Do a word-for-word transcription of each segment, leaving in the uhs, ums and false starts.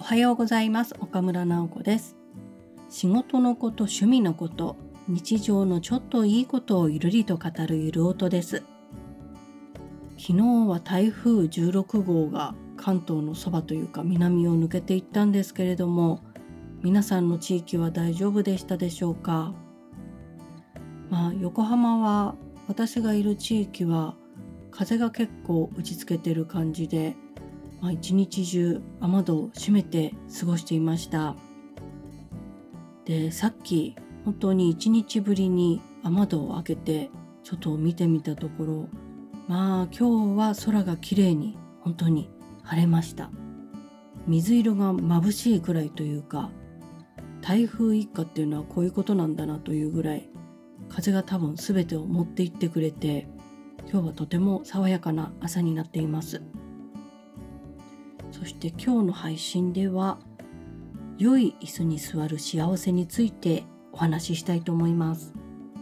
はようございます。岡村直子です。仕事のこと、趣味のこと、日常のちょっといいことをゆるりと語るゆる音です。昨日は台風じゅうろくごうが関東のそばというか南を抜けていったんですけれども、皆さんの地域は大丈夫でしたでしょうか。まあ、横浜は私がいる地域は風が結構打ちつけてる感じで、まあ、一日中雨戸を閉めて過ごしていました。で、さっき本当に一日ぶりに雨戸を開けて外を見てみたところ、まあ今日は空が綺麗に本当に晴れました。水色が眩しいくらいというか、台風一過っていうのはこういうことなんだなというぐらい、風が多分全てを持っていってくれて、今日はとても爽やかな朝になっています。そして今日の配信では、良い椅子に座る幸せについてお話ししたいと思います。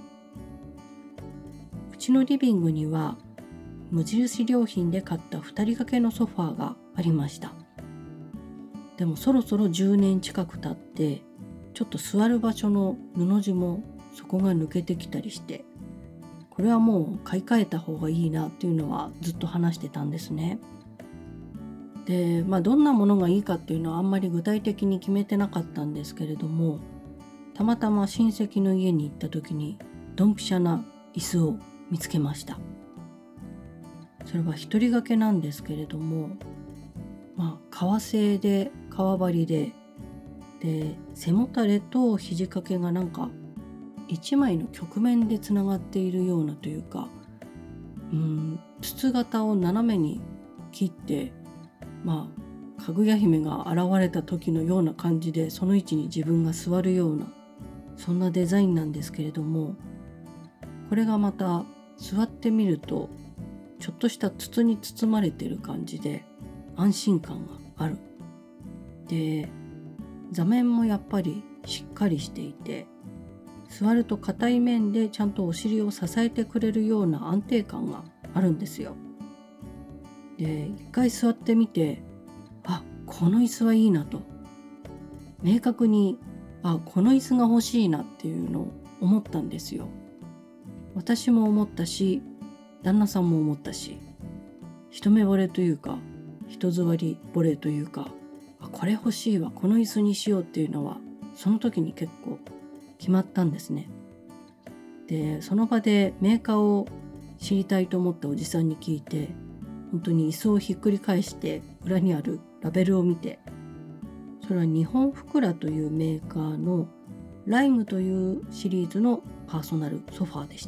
うちのリビングには無印良品で買ったふたり掛けのソファーがありました。でもそろそろじゅうねん近く経って、ちょっと座る場所の布地も底が抜けてきたりして、これはもう買い替えた方がいいなっていうのはずっと話してたんですね。で、まあどんなものがいいかっていうのはあんまり具体的に決めてなかったんですけれども、たまたま親戚の家に行った時にドンピシャな椅子を見つけました。それは一人掛けなんですけれども、まあ革製で革張りで、で背もたれと肘掛けがなんか一枚の曲面でつながっているようなというか、うーん筒型を斜めに切って、まあかぐや姫が現れた時のような感じで、その位置に自分が座るような、そんなデザインなんですけれども、これがまた座ってみるとちょっとした筒に包まれている感じで安心感がある。で、座面もやっぱりしっかりしていて、座ると硬い面でちゃんとお尻を支えてくれるような安定感があるんですよ。で、一回座ってみて、あ、この椅子はいいなと、明確に、あ、この椅子が欲しいなっていうのを思ったんですよ。私も思ったし、旦那さんも思ったし、一目惚れというか、人座り惚れというか、あ、これ欲しいわ、この椅子にしようっていうのは、その時に結構決まったんですね。で、その場でメーカーを知りたいと思ったおじさんに聞いて、本当に椅子をひっくり返して裏にあるラベルを見て、それは日本ふくらというメーカーのライムというシリーズのパーソナルソファーでした。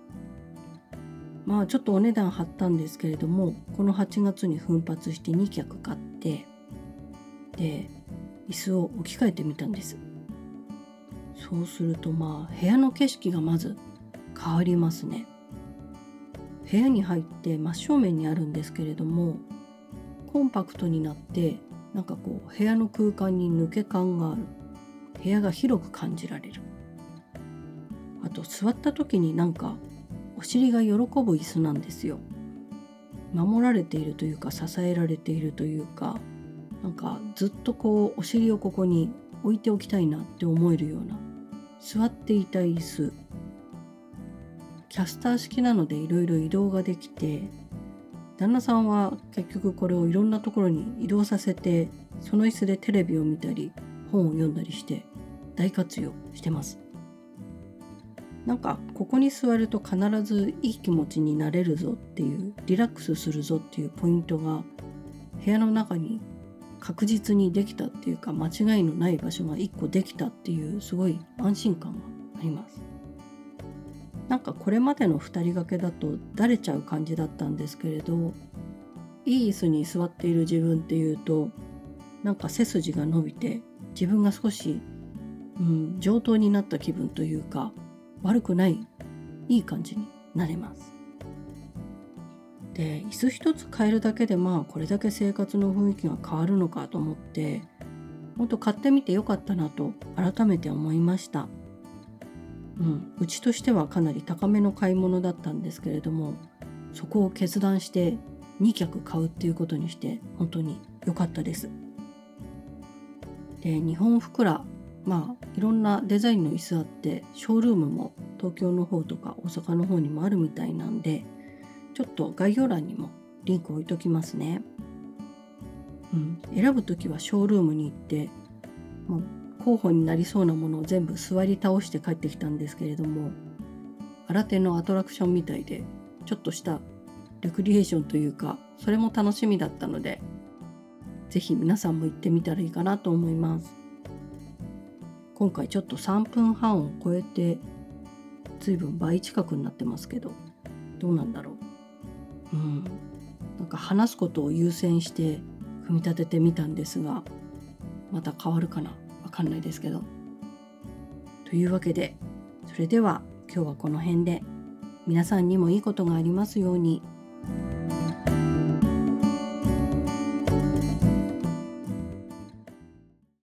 まあちょっとお値段張ったんですけれども、このはちがつに奮発してにきゃく買って、で椅子を置き換えてみたんです。そうすると、まあ部屋の景色がまず変わりますね。部屋に入って真正面にあるんですけれども、コンパクトになって、なんかこう部屋の空間に抜け感がある。部屋が広く感じられる。あと座った時になんかお尻が喜ぶ椅子なんですよ。守られているというか、支えられているというか、なんかずっとこうお尻をここに置いておきたいなって思えるような、座っていたい椅子。キャスター式なのでいろいろ移動ができて、旦那さんは結局これをいろんなところに移動させて、その椅子でテレビを見たり本を読んだりして大活用してます。なんかここに座ると必ずいい気持ちになれるぞっていう、リラックスするぞっていうポイントが部屋の中に確実にできたっていうか、間違いのない場所がいっこできたっていう、すごい安心感があります。なんかこれまでのふたり掛けだとだれちゃう感じだったんですけれど、いい椅子に座っている自分っていうと、なんか背筋が伸びて自分が少し、うん、上等になった気分というか、悪くないいい感じになれます。で、椅子一つ変えるだけでまあこれだけ生活の雰囲気が変わるのかと思って、本当買ってみてよかったなと改めて思いました。うん、うちとしてはかなり高めの買い物だったんですけれども、そこを決断してにきゃく買うっていうことにして本当に良かったです。 で日本ふくら、まあいろんなデザインの椅子あって、ショールームも東京の方とか大阪の方にもあるみたいなんで、ちょっと概要欄にもリンク置いときますね。うん、選ぶときはショールームに行って、もう候補になりそうなものを全部座り倒して帰ってきたんですけれども、新手のアトラクションみたいで、ちょっとしたレクリエーションというか、それも楽しみだったので、ぜひ皆さんも行ってみたらいいかなと思います。今回ちょっとさんぷんはんを超えて、ずいぶん倍近くになってますけど、どうなんだろう。うん、なんか話すことを優先して組み立ててみたんですが、また変わるかな、わかんないですけど。というわけで、それでは今日はこの辺で、皆さんにもいいことがありますように。